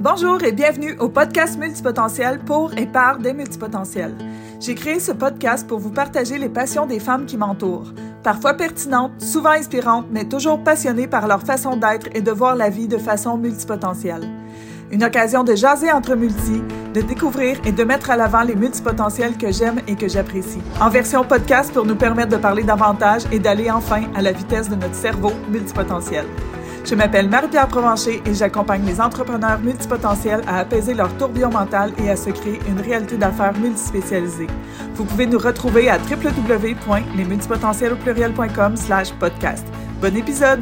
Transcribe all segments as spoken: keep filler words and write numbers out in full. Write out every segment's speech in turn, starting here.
Bonjour et bienvenue au podcast Multipotentiel pour et par des multipotentiels. J'ai créé ce podcast pour vous partager les passions des femmes qui m'entourent. Parfois pertinentes, souvent inspirantes, mais toujours passionnées par leur façon d'être et de voir la vie de façon multipotentielle. Une occasion de jaser entre multi, de découvrir et de mettre à l'avant les multipotentiels que j'aime et que j'apprécie. En version podcast pour nous permettre de parler davantage et d'aller enfin à la vitesse de notre cerveau multipotentiel. Je m'appelle Marie-Pierre Provencher et j'accompagne les entrepreneurs multipotentiels à apaiser leur tourbillon mental et à se créer une réalité d'affaires multispécialisée. Vous pouvez nous retrouver à w w w point les multipotentiels au pluriel point com slash podcast. Bon épisode!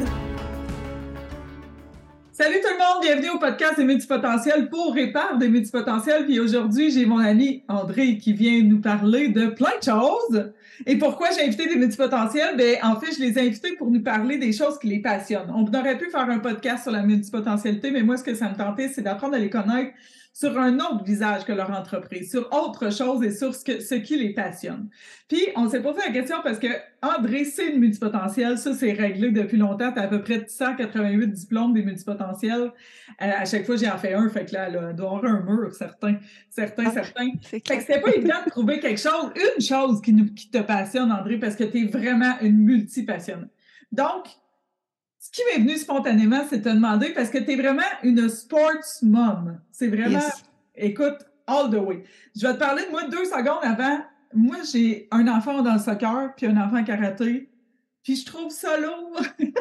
Salut tout le monde, bienvenue au podcast des multipotentiels pour et par des multipotentiels. Puis aujourd'hui, j'ai mon ami André qui vient nous parler de plein de choses. Et pourquoi j'ai invité des multipotentiels? Ben, en fait, je les ai invités pour nous parler des choses qui les passionnent. On aurait pu faire un podcast sur la multipotentialité, mais moi, ce que ça me tentait, c'est d'apprendre à les connaître sur un autre visage que leur entreprise, sur autre chose et sur ce, que, ce qui les passionne. Puis, on s'est posé la question parce que André, c'est une multipotentielle. Ça, c'est réglé depuis longtemps. Tu as à peu près cent quatre-vingt-huit diplômes des multipotentiels. Euh, à chaque fois, j'en fais un. Fait que là, elle doit avoir un mur, certains, certains, ah, certains. Fait que c'était pas évident de trouver quelque chose, une chose qui, nous, qui te passionne, André, parce que tu es vraiment une multipassionnée. Donc, ce qui m'est venu spontanément, c'est de te demander, parce que tu es vraiment une sports mom. C'est vraiment, yes. Écoute, all the way. Je vais te parler de moi deux secondes avant. Moi, j'ai un enfant dans le soccer, puis un enfant en karaté, puis je trouve ça lourd.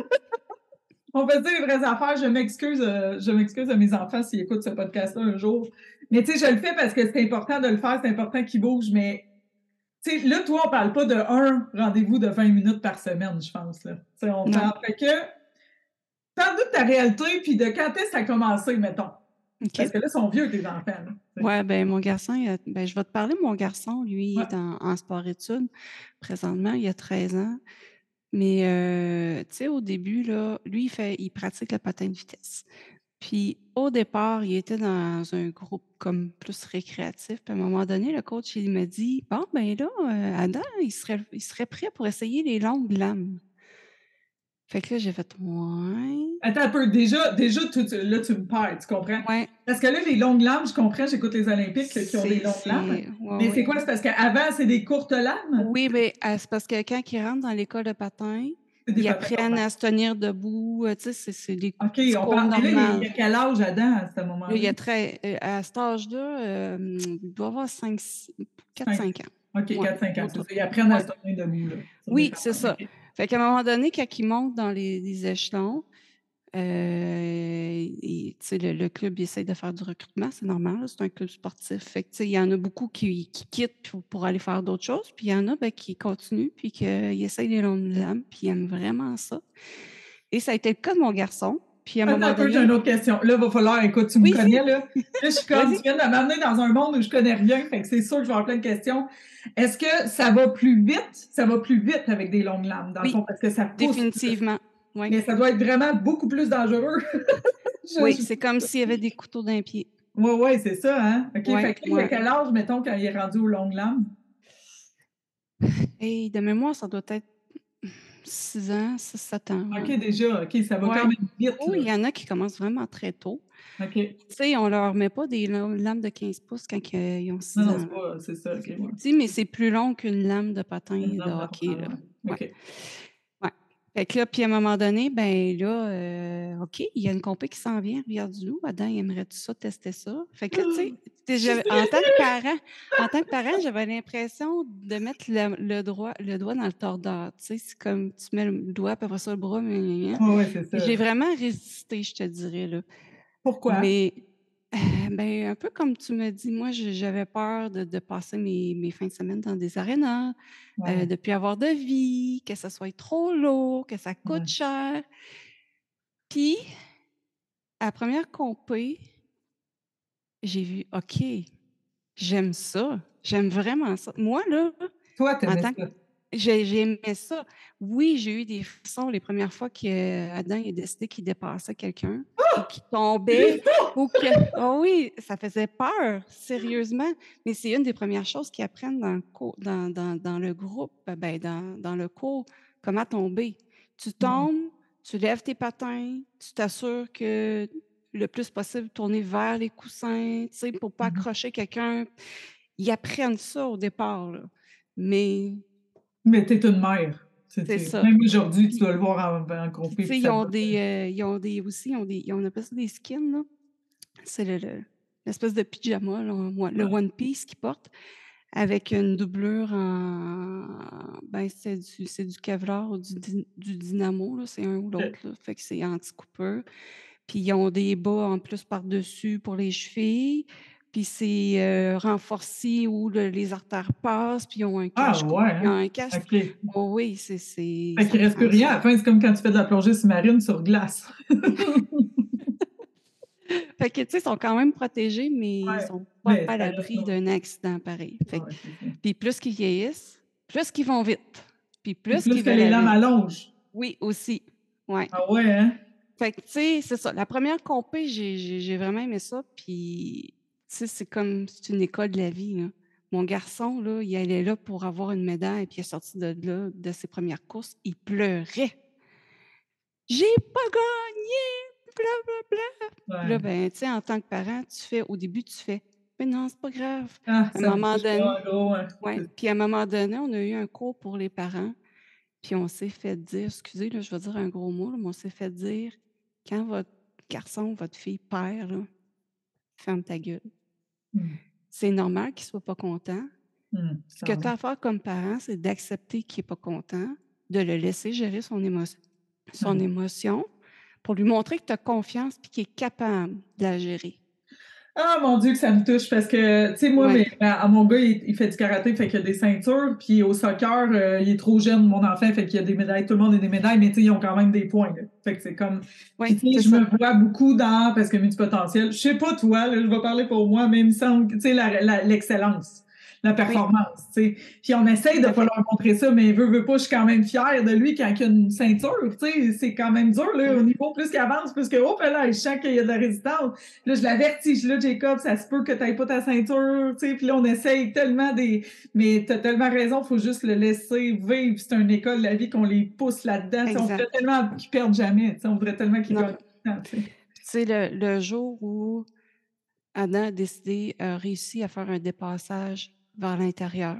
On peut dire les vraies affaires. Je m'excuse, euh, je m'excuse à mes enfants s'ils écoutent ce podcast-là un jour. Mais tu sais, je le fais parce que c'est important de le faire, c'est important qu'ils bougent, mais tu sais, là, toi, on parle pas de un rendez-vous de vingt minutes par semaine, je pense, là. Tu sais, on parle fait que parle-nous de ta réalité, puis de quand est-ce que ça a commencé, mettons. Okay. Parce que là, ils sont vieux, tes enfants. Oui, bien, mon garçon, a, ben, je vais te parler de mon garçon. Lui, il ouais. est en, en sport-études. Présentement, il a treize ans. Mais, euh, tu sais, au début, là, lui, il, fait, il pratique le patin de vitesse. Puis, au départ, il était dans un groupe comme plus récréatif. Puis, à un moment donné, le coach, il m'a dit, bon, ben là, euh, Adam, il serait, il serait prêt pour essayer les longues lames. Fait que là, j'ai fait « ouais ». Attends un peu, déjà, déjà tu, là, tu me perds, tu comprends? Ouais. Parce que là, les longues lames, je comprends, j'écoute les Olympiques là, qui ont des longues lames. Ouais, mais ouais. C'est quoi? C'est parce qu'avant, c'est des courtes lames? Oui, mais euh, c'est parce que quand ils rentrent dans l'école de patin, ils apprennent à se tenir debout. Tu sais, c'est, c'est des OK, on parle. Mais là, il y a quel âge Adam à ce moment-là? Là, il y a très, à cet âge-là, euh, il doit avoir quatre à cinq ans. OK, quatre à cinq ans. C'est ça. Ils apprennent à se tenir debout. Là, oui, c'est ça. Okay. Fait qu'à un moment donné, quand ils montent dans les, les échelons, euh, et, le, le club il essaie de faire du recrutement, c'est normal, là, c'est un club sportif. Fait que, il y en a beaucoup qui, qui quittent pour, pour aller faire d'autres choses, puis il y en a ben, qui continuent, puis qui essayent les longues lames, puis ils aiment vraiment ça. Et ça a été le cas de mon garçon. Puis à un Attends moment un peu, donné... j'ai une autre question. Là, il va falloir, écoute, tu oui, me connais, là. Là, je suis comme, tu viens de m'amener dans un monde où je connais rien, fait que c'est sûr que je vais avoir plein de questions. Est-ce que ça va plus vite? Ça va plus vite avec des longues lames, dans oui, le fond, parce que ça pousse. Définitivement. Oui. Mais ça doit être vraiment beaucoup plus dangereux. je, oui, je... c'est comme s'il y avait des couteaux d'un pied. Oui, oui, c'est ça, hein? OK, ouais, fait que là, ouais. il y a quel âge, mettons, quand il est rendu aux longues lames? Hey, de mémoire, ça doit être six ans, six, sept ans. OK, ouais. déjà, OK, ça va ouais. quand même vite. Oui, il y en a qui commencent vraiment très tôt. OK. Tu sais, on leur met pas des lames de quinze pouces quand ils ont six non, ans. Non, c'est pas, c'est ça, OK. Ouais. Tu sais, mais c'est plus long qu'une lame de patin de hockey, là. Ouais. OK. Ouais. Fait que là, puis à un moment donné, ben là, euh, OK, il y a une compé qui s'en vient, Rivière-du-Loup. Adam, il aimerait-tu ça, tester ça? Fait que là, tu sais, en tant que parent, en tant que parent, j'avais l'impression de mettre le, le, droit, le doigt dans le tordeur. Tu sais, c'est comme tu mets le doigt, puis après ça, le bras, mais... Oh, ouais, c'est ça. J'ai vraiment résisté, je te dirais, là. Pourquoi? Mais, euh, ben, un peu comme tu me dis, moi, j'avais peur de, de passer mes, mes fins de semaine dans des arénas, ouais. euh, de ne plus avoir de vie, que ça soit trop lourd, que ça coûte ouais. cher. Puis, à la première compé, j'ai vu, OK, j'aime ça. J'aime vraiment ça. Moi, là, toi, t'aimais ça. J'ai, j'ai aimé ça. Oui, j'ai eu des frissons les premières fois qu'Adam a décidé qu'il dépassait quelqu'un oh! ou qu'il tombait. ou que... Oh oui, ça faisait peur, sérieusement. Mais c'est une des premières choses qu'ils apprennent dans le, cours, dans, dans, dans le groupe, ben, dans, dans le cours, comment tomber. Tu tombes, tu lèves tes patins, tu t'assures que le plus possible tourner vers les coussins, tu sais, pour pas Mmh. accrocher quelqu'un. Ils apprennent ça au départ, là, mais Mais tu es une mère. C'est c'est tu ça. même aujourd'hui, tu Puis dois le voir en en puis groupé tu puis sais, ils ça ont doit des, heu, ils ont des aussi, ils ont des ils on appelle ça des skins, là. C'est le le l'espèce de pyjama, là, en ouais, le ouais, one piece qu'ils portent avec une doublure en ben, c'est du c'est du Kevlar ou du Dy du Dynamo, là, c'est un ou OK. l'autre, là, fait que c'est anti-coupeur. Puis ils ont des bas en plus par-dessus pour les chevilles, puis c'est, heu, renforcé où le les artères passent, puis ils ont un Ah cache-cou, ouais, ils ont hein? un casque. OK. Oh oui, c'est c'est Fait ça qu'il reste plus prend rien ça. à la fin, c'est comme quand tu fais de la plongée sous-marine sur glace. Fait que, tu sais, ils sont quand même protégés, mais ils Ouais, sont pas mais à ça reste l'abri lourd. d'un accident pareil. Fait que Ouais, c'est ça. puis plus qu'ils vieillissent, plus qu'ils vont vite, puis Puis plus plus qu'ils que veulent les lames aller. allongent. Oui, aussi. Ouais. Ah ouais, hein? Fait que, tu sais, c'est ça. La première compé, j'ai j'ai j'ai vraiment aimé ça, puis, tu sais, c'est comme c'est une école de la vie, là. Mon garçon, là, il allait là pour avoir une médaille, puis il est sorti de là, de ses premières courses, il pleurait. «J'ai pas gagné! Blablabla!» Puis là, Ouais. ben, tu sais, en tant que parent, tu fais au début, tu fais: «Mais non, c'est pas grave». Ah, À un ça me moment touche pas donné en gros, hein. ouais, C'est puis à un moment donné, on a eu un cours pour les parents, puis on s'est fait dire excusez, là, je vais dire un gros mot, là, mais on s'est fait dire: «Quand votre garçon ou votre fille perd, là, ferme ta gueule. mmh, C'est normal qu'il soit pas content. mmh, Ce que quand tu as même. à faire comme parent, c'est d'accepter qu'il est pas content, de le laisser gérer son émo son Mmh. émotion pour lui montrer que tu as confiance puis qu'il est capable de la gérer». Ah mon Dieu que ça me touche parce que, tu sais, moi, Ouais, mais à à mon gars, il il fait du karaté, fait qu'il a des ceintures, puis au soccer, heu, il est trop jeune, mon enfant, fait qu'il y a des médailles, tout le monde a des médailles, mais tu sais, ils ont quand même des points, là. Fait que c'est comme puis ouais, tu sais, c'est je ça. me vois beaucoup dans parce que multipotentiel, je sais pas toi, là, je vais parler pour moi, mais il me semble que, tu sais, la la l'excellence, la Oui, performance, tu sais. Puis on essaye tout de à pas fait. leur montrer ça, mais veut, veut pas, je suis quand même fière de lui quand il a une ceinture, tu sais, c'est quand même dur, là, au Ouais, niveau plus qu'il avance, plus que, hop là, je sens qu'il y a de la résistance. Là, je l'avertis, je dis là, Jacob, ça se peut que tu n'aies pas ta ceinture, tu sais, puis là, on essaye tellement des. Mais tu as tellement raison, il faut juste le laisser vivre. C'est une école de la vie qu'on les pousse là-dedans. Tu sais, on voudrait exact. tellement qu'ils perdent jamais, tu sais, on voudrait tellement qu'ils Non, gagnent tout le temps, tu sais. puis tu sais, le le jour où Adam a décidé a réussi à faire un dépassage vers l'intérieur.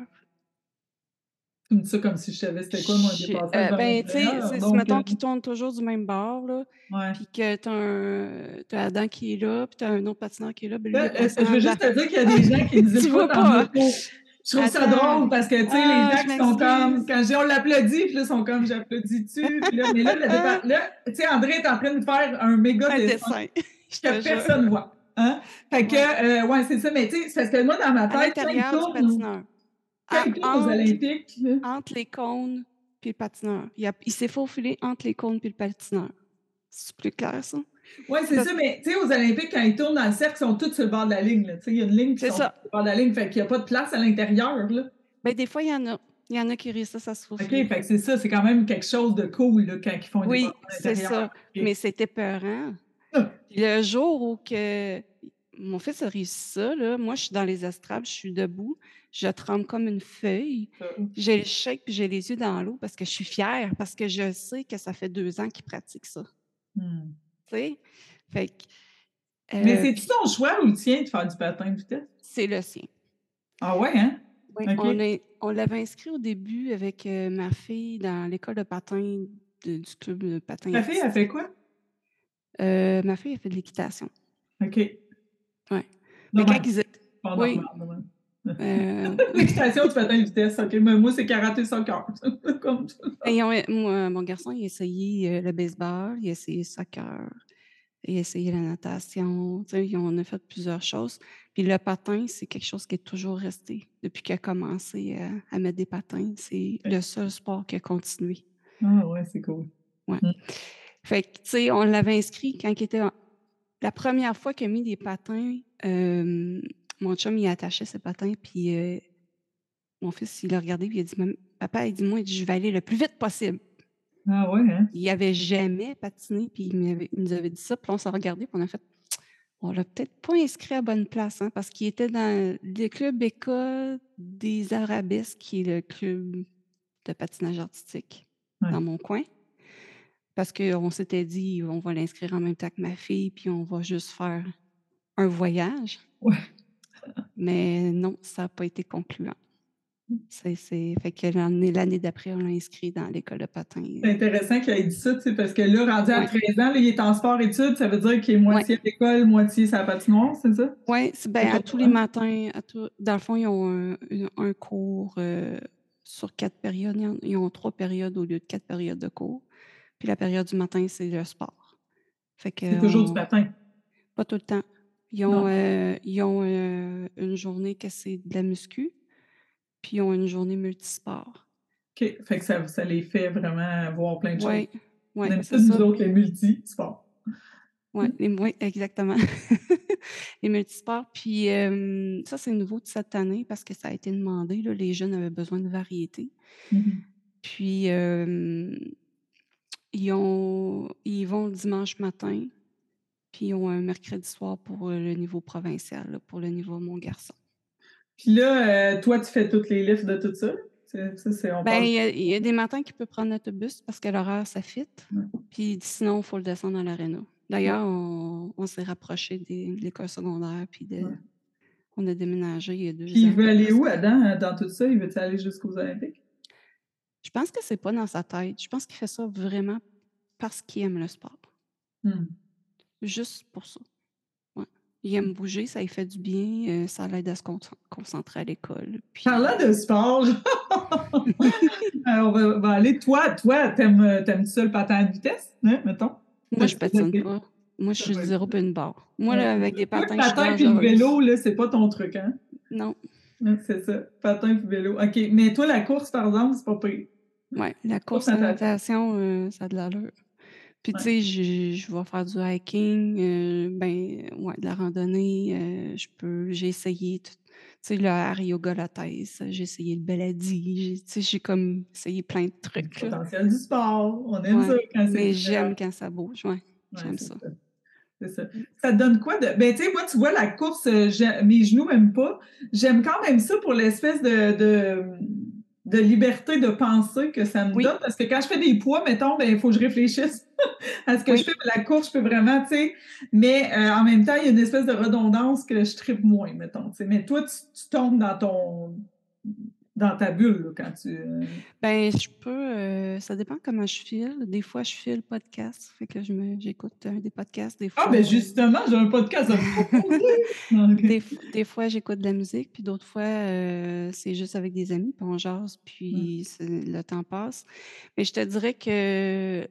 Tu me dis ça comme si je savais c'était quoi, moi, un J'ai dépassage heu, vers ben, tu sais, l'intérieur. c'est c'est Donc, mettons euh, qu'il tourne toujours du même bord, là, ouais. puis que tu as un tu as Adam qui est là, puis tu as un autre patineur qui est là, ben, lui, il a Là, euh, passé je en veux dedans. juste te dire qu'il y a des gens qui nous Tu vois écoutent en pas, hein? auto. Je trouve ça Attends. drôle parce que, tu sais, les Ah, gens je qui sont comme, m'excuse. quand j'ai, on l'applaudit, puis là, ils sont comme, j'applaudis-tu? Puis là, mais là, le départ, là, tu sais, André est en train de faire un méga Un dessin dessin, je te que jure. personne voit. Hein? Fait que, Ouais, euh, ouais, c'est ça. Mais tu sais, c'est parce que moi, dans ma à tête, quand il l'intérieur du tourne, patineur, quand à il tourne aux entre Olympiques, là, entre les cônes puis le patineur. Il a il s'est faufilé entre les cônes puis le patineur. C'est plus clair ça? ouais, C'est c'est parce ça. Mais tu sais, aux Olympiques, quand ils tournent dans le cercle, ils sont tous sur le bord de la ligne. Là. Tu sais, il y a une ligne, puis ils c'est sont tous ça. sur le bord de la ligne. Fait qu'il n'y a pas de place à l'intérieur, là. Ben, des fois, il y en a. Il y en a qui réussissent à se OK, faufiler. fait que c'est ça. C'est quand même quelque chose de cool, là, quand ils font un Oui, dépassement à c'est l'intérieur. ça, OK. mais c'était peurant. Ah! Puis le jour où que mon fils a réussi ça, là, moi, je suis dans les estrades, je suis debout, je tremble comme une feuille. J'ai le shake puis j'ai les yeux dans l'eau parce que je suis fière, parce que je sais que ça fait deux ans qu'il pratique ça, Mmh. tu sais? Fait que, Mais heu, c'est-tu puis ton choix ou le tien de faire du patin de vitesse? c'est le sien. Ah ouais, hein? Oui, OK. on est on l'avait inscrit au début avec, heu, ma fille dans l'école de patin de du club de patin Ta fille, elle fait artistique. quoi? Heu, ma fille, elle fait de l'équitation. OK. Ouais. De Mais quand même. ils étaient Pas normal, oui, de même. heu, L'équitation, du patin de vitesse, OK. Mais moi, c'est karaté soccer. Comme ça. ben, ils ont moi, mon garçon, il a essayé, heu, le baseball, il a essayé le soccer, il a essayé la natation, tu sais, ils on a fait plusieurs choses. Puis le patin, c'est quelque chose qui est toujours resté depuis qu'il a commencé à à mettre des patins. C'est le seul sport qui a continué. Ah ouais, c'est cool. Ouais. Mmh. Fait que, tu sais, on l'avait inscrit quand il était en la première fois qu'il a mis des patins, hem, mon chum, il attachait ses patins, puis, heu, mon fils, il l'a regardé, puis il a dit: «Mam papa», il dit: «Moi», il dit: «Je vais aller le plus vite possible». Ah ouais, hein? Il avait jamais patiné, puis il m'avait il nous avait dit ça, puis là, on s'est regardés, puis on a fait: «On l'a peut-être pas inscrit à bonne place, hein», parce qu'il était dans le club école des Arabesques, qui est le club de patinage artistique Ouais. dans mon coin. Parce qu'on s'était dit: «On va l'inscrire en même temps que ma fille, puis on va juste faire un voyage». Ouais. Mais non, ça a pas été concluant. C'est c'est fait que l'année l'année d'après, on l'a inscrit dans l'école de patin, C'est heu intéressant qu'il ait dit ça, tu sais, parce que là, rendu à Ouais. treize ans, là, il est en sport-études, ça veut dire qu'il est Ouais. moitié à l'école, moitié sur la patinoire, c'est ça? Ouais, c'est ben, à tous les matins, à tous dans le fond, ils ont un une un cours, heu, sur quatre périodes. Ils en ils ont trois périodes au lieu de quatre périodes de cours. Puis la période du matin, c'est le sport. Fait C'est toujours du qu'on patin? pas tout le temps. Ils ont, Non. heu, ils ont, heu, une journée que c'est de la muscu, puis ils ont une journée multisport. OK. Fait que ça ça les fait vraiment voir plein de choses. Ouais, On ouais, aime c'est ça, nous ça. autres, les multisports. Ouais, les oui, exactement. Les multisports, puis hem, ça, c'est nouveau de cette année parce que ça a été demandé, là, les jeunes avaient besoin de variété. Mmh mh. Puis, hem, ils ont ils vont le dimanche matin, puis ils ont un mercredi soir pour, heu, le niveau provincial, là, pour le niveau mon garçon. Puis là, heu, toi, tu fais toutes les lifts de tout ça? C'est ça, c'est on Ben, parle il y a il y a des matins qu'il peut prendre l'autobus parce que l'horaire, ça fit, ouais. puis sinon, il faut le descendre à l'aréna. OK. D'ailleurs, on on s'est rapprochés des de l'école secondaire, puis de Ouais. on a déménagé il y a Puis deux il ans, veut puis aller après où ça là-dedans, dans tout ça? Il veut-tu aller jusqu'aux Olympiques? je pense que c'est pas dans sa tête. Je pense qu'il fait ça vraiment parce qu'il aime le sport. Mmh. Juste pour ça. Ouais. Il aime bouger, ça lui fait du bien, heu, ça l'aide à se concen concentrer à l'école, Parlant puis de sport, alors on va va aller toi toi, tu aimes, tu aimes ça le patin à vitesse, hein, mettons? moi, je T'as-tu déjà patine essayé? pas. Moi, je Tu as suis pas zéro essayé? puis une barre. Moi, Ouais, là, c'est avec ça. des Toi, le patins, je suis patin puis le dangereuse. vélo, là, c'est pas ton truc, hein? Non. Ouais, c'est ça, patin puis vélo. OK, mais toi, la course, par exemple, c'est pas pire? Ouais, la Course course, la natation. natation, heu, ça a de l'allure. Puis, tu Ouais. sais, je je vais faire du hiking, heu, ben, ouais, de la randonnée, heu, je peux j'ai essayé tout tu sais, le Hatha Yoga Lattes, j'ai essayé le Belladie, j'ai tu sais, j'ai comme essayé plein de Du trucs, là. potentiel du sport, on aime Ouais, ça quand c'est mais différent. j'aime quand ça bouge, ouais, Ouais, j'aime c'est ça. ça. C'est ça. Mmh. Ça te donne quoi de ben, tu sais, moi, tu vois, la course, heu, j'ai mes genoux m'aiment pas. J'aime quand même ça pour l'espèce de de, mmh, de liberté de penser que ça me Oui, donne, parce que quand je fais des poids, mettons, ben, il faut que je réfléchisse à ce que je oui. fais. Mais la course, je peux vraiment, tu sais mais heu, en même temps, il y a une espèce de redondance que je trippe moins, mettons, tu sais. Mais toi, tu tu tombes dans ton dans ta bulle, là, quand tu, heu Ben, je peux, heu, ça dépend comment je file. Des fois, je file podcast, fait que je me j'écoute, heu, des podcasts, des ah, fois, ben, heu justement, j'ai un podcast à te proposer! Ah, OK. Des f des fois, j'écoute de la musique, puis d'autres fois, heu, c'est juste avec des amis, puis on jase, Mmh. puis c'est le temps passe. Mais je te dirais que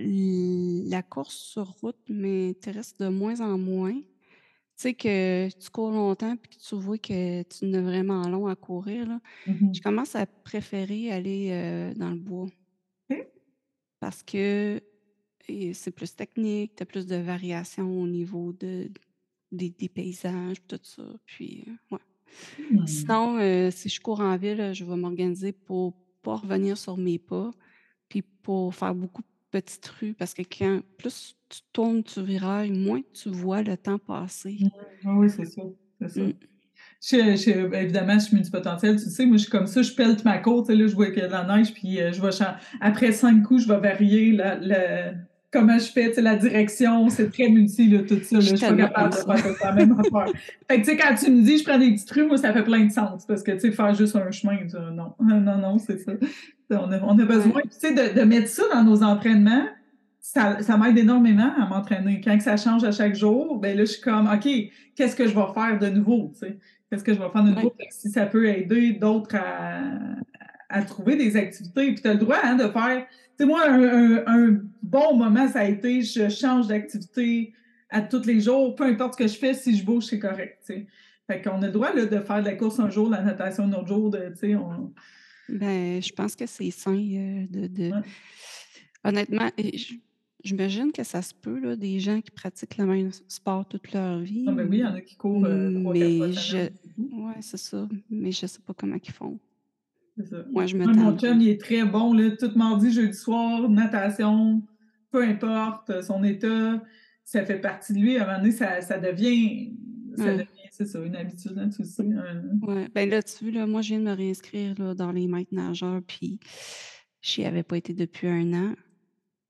l la course sur route m'intéresse de moins en moins. Tu sais, que tu cours longtemps, puis que tu vois que tu en as vraiment long à courir, là, Mmh je mh. commence à préférer aller, heu, dans le bois OK. parce que et c'est plus technique, tu as plus de variations au niveau de des des paysages, puis tout ça, puis, heu, ouais. Mmh. Sinon, heu, si je cours en ville, heu, je vais m'organiser pour pas revenir sur mes pas, puis pour faire beaucoup de petites rues parce que quand plus tu tournes, tu virailles, moins tu vois le temps passer. Mmh. Oui, oui, c'est ça, c'est ça. Mmh. Je je ben, évidemment, je suis multipotentielle, tu sais, moi, je suis comme ça, je pèle ma côte, tu sais, là, je vois qu'il y a de la neige, puis heu, je vais chan après cinq coups, je vais varier la la comment je fais, tu sais, la direction, c'est très multi, là, tout ça, Je là, je suis suis pas tellement comme capable de ça. faire tout le temps la même affaire. Fait que, tu sais, quand tu me dis: «Je prends des petites rues», moi, ça fait plein de sens parce que, tu sais, faire juste un chemin, ça, non. Non, non, c'est ça. On a on a besoin, Ouais. tu sais, de de mettre ça dans nos entraînements, ça ça m'aide énormément à m'entraîner. Quand que ça change à chaque jour, ben là, je suis comme: «OK, qu'est-ce que je vais faire de nouveau?» tu sais? Qu'est-ce que je vais faire de Ouais. nouveau? Fait que si ça peut aider d'autres à à trouver des activités, puis tu as le droit, hein, de faire tu sais, moi, un un un bon moment, ça a été je change d'activité à tous les jours, peu importe ce que je fais, si je bouge, c'est correct, tu sais? Fait qu'on a le droit, là, de faire de la course un jour, de la natation un autre jour, de tu sais, on Ben, je pense que c'est sain, heu, de de ouais. honnêtement et j j'imagine que ça se peut, là, des gens qui pratiquent le même s sport toute leur vie, Ah ben oui, il y en m a qui courent, heu, trois quatre fois mais je semaine, c'est tout. ouais, c'est ça, mais je sais pas comment ils font. C'est ça. Moi, je me Moi, mon tannerais. chum, il est très bon, là, tout mardi, jeudi soir, natation, peu importe, heu, son état, ça fait partie de lui. À un moment donné, ça ça devient ça Ouais, devient, c'est ça, une habitude, hein, tu le sais, un ouais. Ben, là, tu vois, là, moi, je viens de me réinscrire, là, dans les maîtres nageurs, puis j'y avais pas été depuis un an.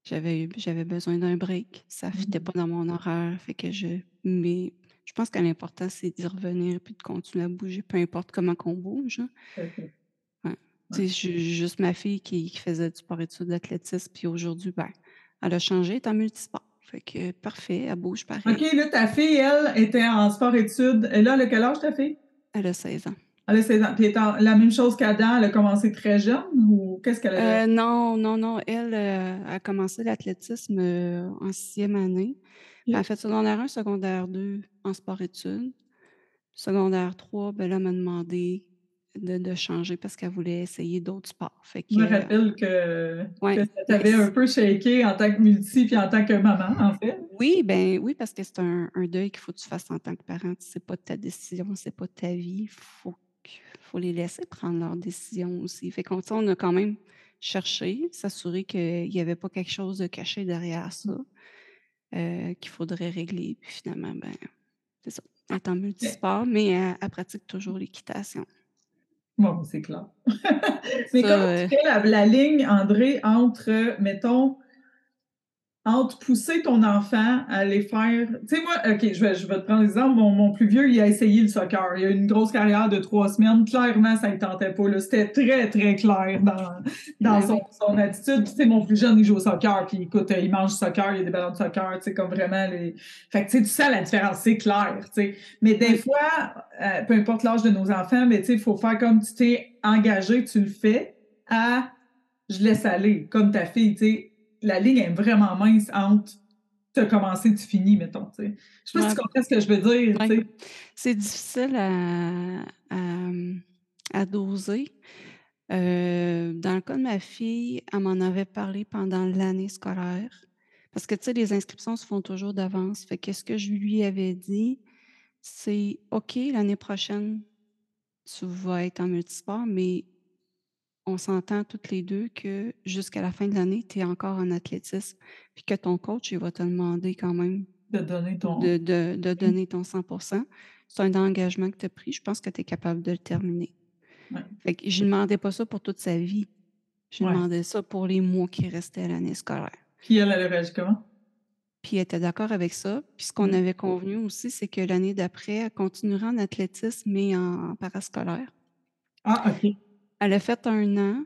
J'avais eu j'avais besoin d'un break. Ça fitait Mmh. pas dans mon horaire, fait que je mais je pense que l'important, c'est d'y revenir puis de continuer à bouger, peu importe comment qu'on bouge, hein. Tout à fait. Ouais. Ouais. Tu sais, j'ai j'ai juste ma fille qui qui faisait du sport-études, d'athlétisme, puis aujourd'hui, ben, elle a changé, elle est en multisport. Fait que parfait, elle bouge OK, pareil. là, ta fille, elle, était en sport-études. Et là, elle a quel âge, ta fille? Elle a seize ans. Elle a seize ans. Puis elle est en la même chose qu'Adam, elle a commencé très jeune ou qu'est-ce qu'elle avait? Heu, non, non, non, elle, heu, a commencé l'athlétisme, heu, en sixième année. Elle a OK. fait secondaire un, secondaire deux en sport-études. Secondaire trois, ben là, elle m'a demandé de de changer parce qu'elle voulait essayer d'autres sports. Fait Je me que, rappelle que ouais, que ça ben t'avait un peu shaké en tant que multi puis en tant que maman, en fait. oui, ben, oui, parce que c'est un un deuil qu'il faut que tu fasses en tant que parent. C'est pas ta décision, c'est pas ta vie. Faut que faut les laisser prendre leurs décisions aussi. Fait qu'on tu sais, on a quand même cherché, s'assurer qu'il y avait pas quelque chose de caché derrière ça, heu, qu'il faudrait régler. Puis finalement, ben, c'est ça. Elle est en Mais multisport, mais elle elle pratique toujours l'équitation. bon, c'est clair. Mais Ça, comment tu heu fais la la ligne, André, entre, mettons, entre pousser ton enfant à aller faire. Tu sais, moi, OK, je vais, je vais te prendre l'exemple. Mon, mon plus vieux, il a essayé le soccer. Il a eu une grosse carrière de trois semaines. Clairement, ça ne tentait pas, là. C'était très, très clair dans, dans ben son, oui, son attitude. Puis, tu sais, mon plus jeune, il joue au soccer. Puis, écoute, il mange du soccer, il y a des ballons de soccer. Tu sais, comme vraiment. Les... Fait que, tu sais, tu sens la différence. C'est clair, tu sais. Mais des oui, fois, euh, peu importe l'âge de nos enfants, mais tu sais, il faut faire comme tu t'es engagé, tu le fais, à je laisse aller, comme ta fille, tu sais, la ligne est vraiment mince entre tu as commencé, tu finis, mettons, tu sais. Je sais pas si ouais, tu comprends ce que je veux dire, tu ouais. sais. C'est difficile à à, mmh, à doser. Heu, dans le cas de ma fille, elle m'en avait parlé pendant l'année scolaire parce que, tu sais, les inscriptions se font toujours d'avance. Fait que ce que je lui avais dit, c'est: «OK, l'année prochaine, tu vas être en multisport, mais on s'entend toutes les deux que jusqu'à la fin de l'année, tu es encore en athlétisme, puis que ton coach, il va te demander quand même De donner ton. de de de donner ton cent. C'est un engagement que tu as pris, je pense que tu es capable de le terminer». Ouais, Fait que je lui demandais pas ça pour toute sa vie. Je lui ouais. demandais ça pour les mois qui restaient à l'année scolaire. Puis elle, elle a réagi comment? Puis elle était d'accord avec ça. Puis ce qu'on Ouais. avait convenu aussi, c'est que l'année d'après, elle continuera en athlétisme, mais en parascolaire. Ah, OK. Elle a fait un an,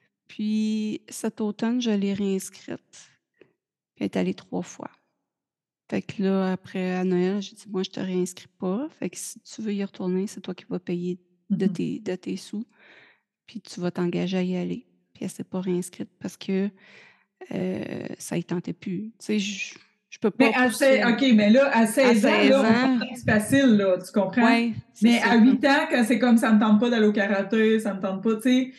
puis cet automne, je l'ai réinscrite. Puis elle est allée trois fois. Fait que là, après à Noël, j'ai dit: «Moi, je te réinscris pas. Fait que si tu veux y retourner, c'est toi qui vas payer de Mhm. tes de tes sous, puis tu vas t'engager à y aller». Puis elle s'est pas réinscrite parce que, heu, ça y tentait plus. Tu sais, je je peux Mais pas à seize, pousser OK, mais là, à à seize ans, seize là, on ans. s'entend que c'est facile, là, tu comprends? Ouais, c'est Mais ça. à huit ans, quand c'est comme ça me tente pas d'aller au karaté, ça me tente pas, tu sais,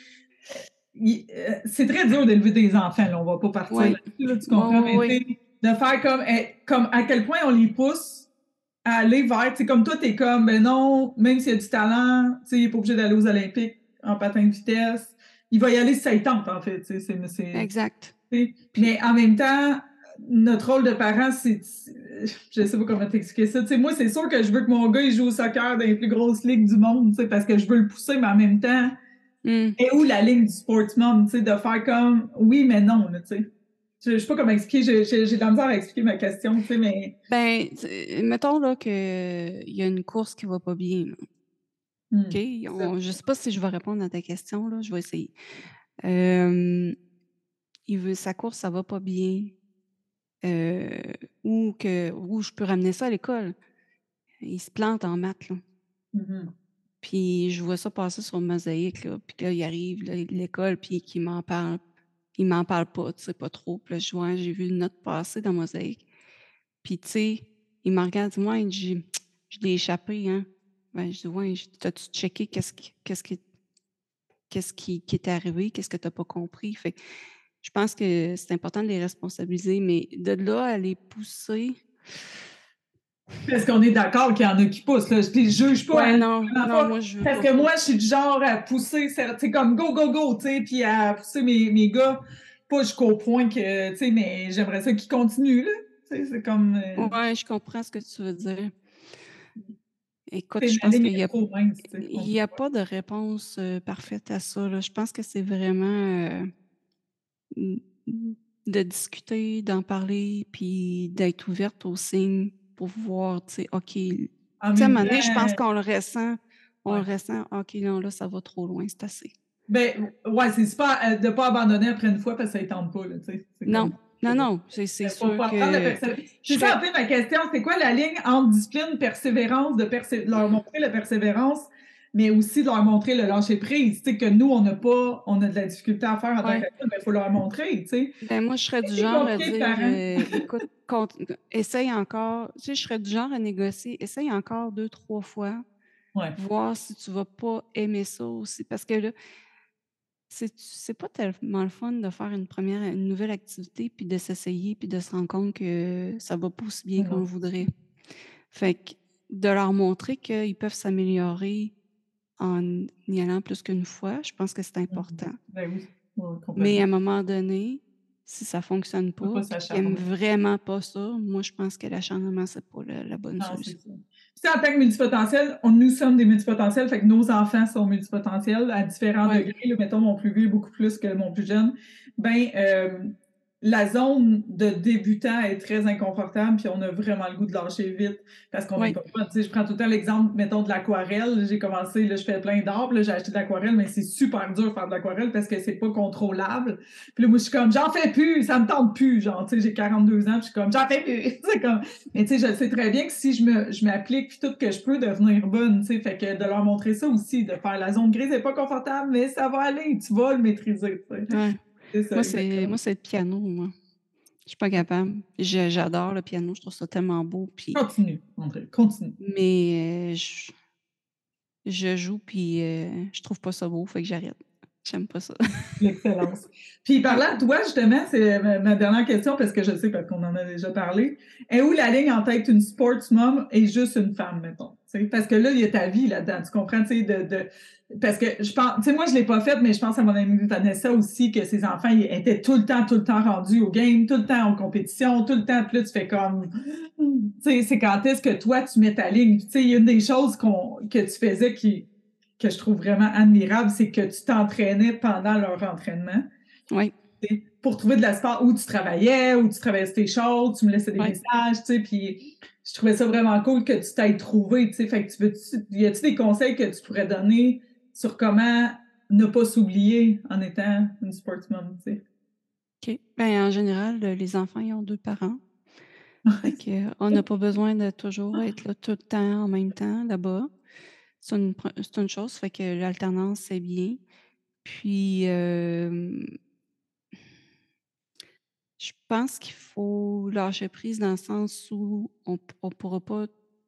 il- euh, c'est très dur d'élever des enfants, là, on va pas partir Ouais. là-dessus, là, tu Ouais, comprends? ouais, Mais tu ouais. sais, de faire comme, eh, comme à quel point on les pousse à aller vers, tu sais, comme toi, t'es comme, ben non, même s'il y a du talent, tu sais, il est pas obligé d'aller aux Olympiques en patin de vitesse. Il va y aller si ça lui tente, en fait, tu sais, c'est, c'est- Exact. tu sais. Puis Mais en même temps, notre rôle de parent, c'est, je sais pas comment t'expliquer ça, tu sais, moi, c'est sûr que je veux que mon gars, il joue au soccer dans les plus grosses ligues du monde, tu sais, parce que je veux le pousser, mais en même temps, mmh. et où la ligne du sportsman, tu sais, de faire comme, oui, mais non, là, tu sais. Je, je sais pas comment expliquer, j'ai, j'ai, j'ai de la misère à expliquer ma question, tu sais, mais... Ben, tu mettons là qu'il y a une course qui va pas bien, là. hmm, OK? c'est ça. On je sais pas si je vais répondre à ta question, là, je vais essayer. Hem, il veut sa course, ça va pas bien, heu, ou que ou je peux ramener ça à l'école. Il se plante en maths, là. Mhm. Puis je vois ça passer sur Mosaïque, là, puis là, il arrive, là, de l'école, puis qu'il m'en parle. Il m'en parle pas, tu sais, pas trop. Puis là, je dis: «Ouais, j'ai vu une note passer dans Mosaïque». Puis tu sais, il me regarde, il dit: «Ouais», il dit: «Je l'ai échappé, hein». Ben, je dis: «Ouais», je dis: «Tu tu checké qu'est-ce qui qu'est-ce qui qu'est-ce qui qui est arrivé? Qu'est-ce que tu as pas compris?» Fait que je pense que c'est important de les responsabiliser, mais de là à les pousser. Parce qu'on est d'accord qu'il y en a qui poussent, là. Puis je juge pas, Ouais, hein, non, vraiment non, pas. moi, je veux Parce pas que ça. moi, je suis du genre à pousser, c'est tu sais, comme go, go, go, tu sais, puis à pousser mes, mes gars, pas jusqu'au point que, tu sais, mais j'aimerais ça qu'ils continuent, là. Tu sais, c'est comme, euh, Ouais, je comprends ce que tu veux dire. Écoute, tu sais, je la pense ligne qu'il y est a trop mince, tu sais. On il peut y a pas. pas de réponse, heu, parfaite à ça, là. Je pense que c'est vraiment, heu, mmh, mmh, de discuter, d'en parler, puis d'être ouverte aux signes pour voir, tu sais, OK, tu En sais, à un même moment donné, je pense temps, qu'on le ressent, on le ouais. ressent, OK, non, là, ça va trop loin, c'est assez. Ben, ouais, c'est super euh, de ne pas abandonner après une fois parce que ça ne tente pas, là, tu sais. C'est Non, comme. non, Il non, c'est c'est faut, sûr faut apprendre à que persévérer. je C'est ça serais un peu ma question. C'est quoi la ligne entre discipline, persévérance, de persé- leur montrer la persévérance, mais aussi de leur montrer le lâcher prise. Tu sais, que nous, on n'a pas, on a de la difficulté à faire en tant ouais. qu'adulte, mais il faut leur montrer, tu sais. Ben, moi, je serais du C'est genre à compliqué, dire, parents. heu: «Écoute, cont essaye encore». Tu sais, je serais du genre à négocier: «Essaye encore deux trois fois, Ouais. voir si tu vas pas aimer ça aussi». Parce que là, c'est c'est pas tellement le fun de faire une première une nouvelle activité, puis de s'essayer, puis de se rendre compte que ça va pas aussi bien qu'on le Mhm. voudrait. Fait que de leur montrer qu'ils peuvent s'améliorer en y allant plus qu'une fois, je pense que c'est Mhm. important. Ben oui, ouais, Mais complètement. à un moment donné, si ça fonctionne On ne peut pas, pas puis qu'ils aiment s'acharner. vraiment pas ça, moi, je pense que l'acharnement, c'est pas la la bonne Non, c'est solution. ça. Puis, en tant que multipotentiel, on, nous sommes des multipotentiels, fait que nos enfants sont multipotentiels à différents Ouais, degrés. Là, mettons, mon plus vieux est beaucoup plus que mon plus jeune. Ben, euh, la zone de débutant est très inconfortable, puis on a vraiment le goût de lâcher vite parce qu'on n'est ouais, pas bon. Tu sais, je prends tout le temps l'exemple, mettons, de l'aquarelle. J'ai commencé, là, je fais plein d'arbres, là, j'ai acheté de l'aquarelle, mais c'est super dur de faire de l'aquarelle parce que c'est pas contrôlable. Puis là, moi, je suis comme, j'en fais plus, ça me tente plus. Genre, tu sais, j'ai quarante-deux ans, puis je suis comme, j'en fais plus. C'est comme, mais tu sais, je sais très bien que si je me, je m'applique puis tout que je peux devenir bonne, tu sais, fait que de leur montrer ça aussi, de faire la zone grise n'est pas confortable, mais ça va aller, tu vas le maîtriser, tu sais. ouais. C'est ça, Moi, c'est exactement. moi, c'est le piano, moi. Je suis pas capable. Je j'adore le piano, je trouve ça tellement beau, puis Continue, André, continue. mais heu, je je joue, puis heu, je trouve pas ça beau, fait que j'arrête. J'aime pas ça. L'excellence. Puis Ouais. parlant de toi, justement, c'est ma, ma dernière question parce que je sais parce qu'on en a déjà parlé. Est où la ligne entre être une sports mom et juste une femme, mettons? T'sais? Parce que là, il y a ta vie là-dedans, tu comprends? Tu sais, de, de, parce que je pense, tu sais, moi, je ne l'ai pas faite, mais je pense à mon amie Vanessa aussi, que ses enfants ils étaient tout le temps, tout le temps rendus au game, tout le temps en compétition, tout le temps. Puis là, tu fais comme, tu sais, c'est quand est-ce que toi, tu mets ta ligne? Tu sais, il y a une des choses qu'on, que tu faisais qui, que je trouve vraiment admirable, c'est que tu t'entraînais pendant leur entraînement Ouais, t'sais, pour trouver de l'espace où tu travaillais, où tu travaillais tes choses, tu me laissais des ouais. messages, tu sais, puis je trouvais ça vraiment cool que tu t'aies trouvé, tu sais, fait que tu veux, y a-tu des conseils que tu pourrais donner sur comment ne pas s'oublier en étant une sportsman, tu sais? OK. Ben, en général, heu, les enfants, ils ont deux parents. Fait que, on n'a pas besoin de toujours être là tout le temps en même temps là-bas. C'est une pre c'est une chose, fait que l'alternance, c'est bien. Puis, hem, je pense qu'il faut lâcher prise dans le sens où on p on pourra pas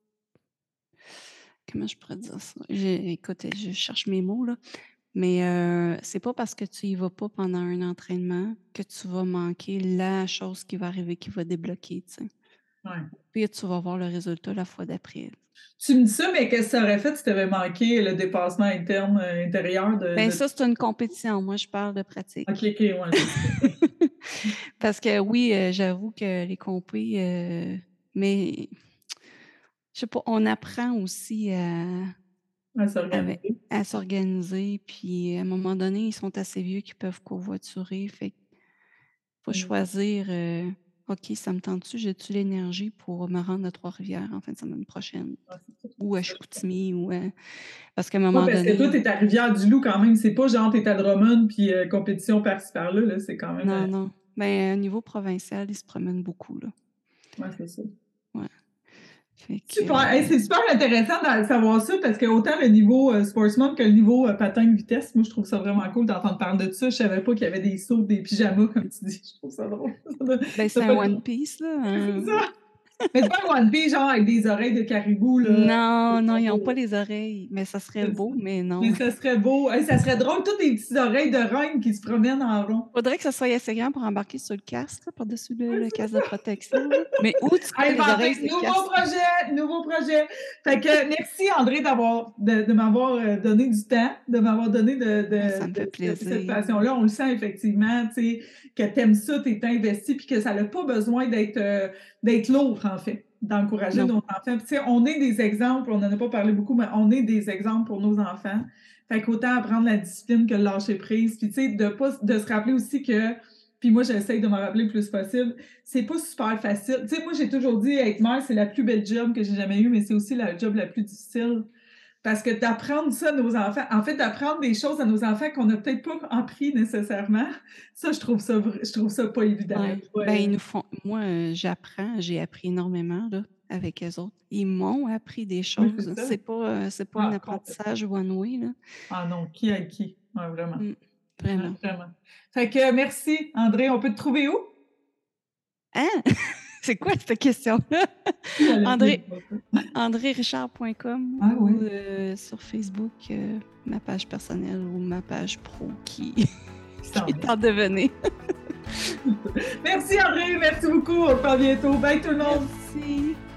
comment je pourrais dire ça? J'ai écoute, je cherche mes mots là, mais, heu, c'est pas parce que tu y vas pas pendant un entraînement que tu vas manquer la chose qui va arriver, qui va débloquer, tu sais. Ouais. Puis tu vas voir le résultat la fois d'après. Tu me dis ça, mais qu'est-ce que ça aurait fait si tu avais manqué le dépassement interne, euh, intérieur de, Ben de... ça, c'est une compétition. Moi, je parle de OK, pratique. OK, ouais, c'est ça. Parce que oui, heu, j'avoue que les compés, heu, mais je sais pas, on apprend aussi à À ave s'organiser. à s'organiser, puis à un moment donné, ils sont assez vieux qu'ils peuvent covoiturer, fait qu'il faut choisir, heu: «OK, ça me tente-tu? J'ai-tu l'énergie pour me rendre à Trois-Rivières en fin de semaine prochaine?» Ouais, c'est ça. ou à C'est ça. Chicoutimi ou à parce qu'à un Oui, moment parce que toi, donné t'es à Rivière-du-Loup quand même. C'est pas genre t'es à Drummond puis euh, compétition par-ci par-là. Là. C'est quand même. euh, non, non. Ben, au niveau provincial, ils se promènent beaucoup, là. Ouais, c'est ça. Ouais. Fait Super. que Hey, c'est super intéressant de savoir ça parce que autant le niveau euh, sportsman que le niveau euh, patin de vitesse, moi, je trouve ça vraiment cool d'entendre parler de ça. Je savais pas qu'il y avait des sauts, des pyjamas, comme tu dis. Je trouve ça drôle. Ça doit- ben, ça c'est un doit être- One Piece, là, C'est hein. ça. Mais c'est pas un One Piece genre avec des oreilles de caribou, là. Non, non, ils ont pas les oreilles, mais ça serait C'est ça. beau, mais Mais non. ça serait beau. Hey, ça serait drôle, toutes des petites oreilles de reine qui se promènent en rond. Faudrait que ça soit assez grand pour embarquer sur le casque, là, par-dessus le le casque de protection, là. Mais où tu colles les Inventé, oreilles sur le nouveau casque? projet, nouveau projet. Fait que merci André d'avoir de, de m'avoir euh, donné du temps, de m'avoir donné de, Ah, de, ça me fait de cette, cette plaisir. passion-là. On le sent effectivement, tu sais, que t'aimes ça, t'es investi, puis que ça n'a pas besoin d'être euh, d'être lourd, en fait, d'encourager Non. nos enfants. Puis, tu sais, on est des exemples, on n'en a pas parlé beaucoup, mais on est des exemples pour nos enfants. Fait qu'autant apprendre la discipline que le lâcher prise. Puis, tu sais, de, pas, de se rappeler aussi que Puis moi, j'essaie de m'en rappeler le plus possible. C'est pas super facile. Tu sais, moi, j'ai toujours dit, être mère, c'est la plus belle job que j'ai jamais eue, mais c'est aussi la job la plus difficile. Parce que d'apprendre ça à nos enfants, en fait, d'apprendre des choses à nos enfants qu'on n'a peut-être pas appris nécessairement, ça, je trouve ça, vra- je trouve ça pas évident. Ouais. Ouais. Ben, ils nous font. Moi, euh, j'apprends, j'ai appris énormément là, avec eux autres. Ils m'ont appris des Oui, c'est choses. ça. C'est pas, euh, c'est pas un Ah, complètement. apprentissage one way, là. Ah non, qui a qui? Ouais, vraiment. Mm, Ouais, vraiment. vraiment. Fait que euh, merci, André. On peut te trouver où? Hein? C'est quoi cette question-là? J'allais André, dire ça. andré richard point com Ah ou oui. euh, sur Facebook, euh, ma page personnelle ou ma page pro qui, Ça qui est en devenir. Merci, André. Merci beaucoup. On se parle bientôt. Bye, tout le monde. Merci.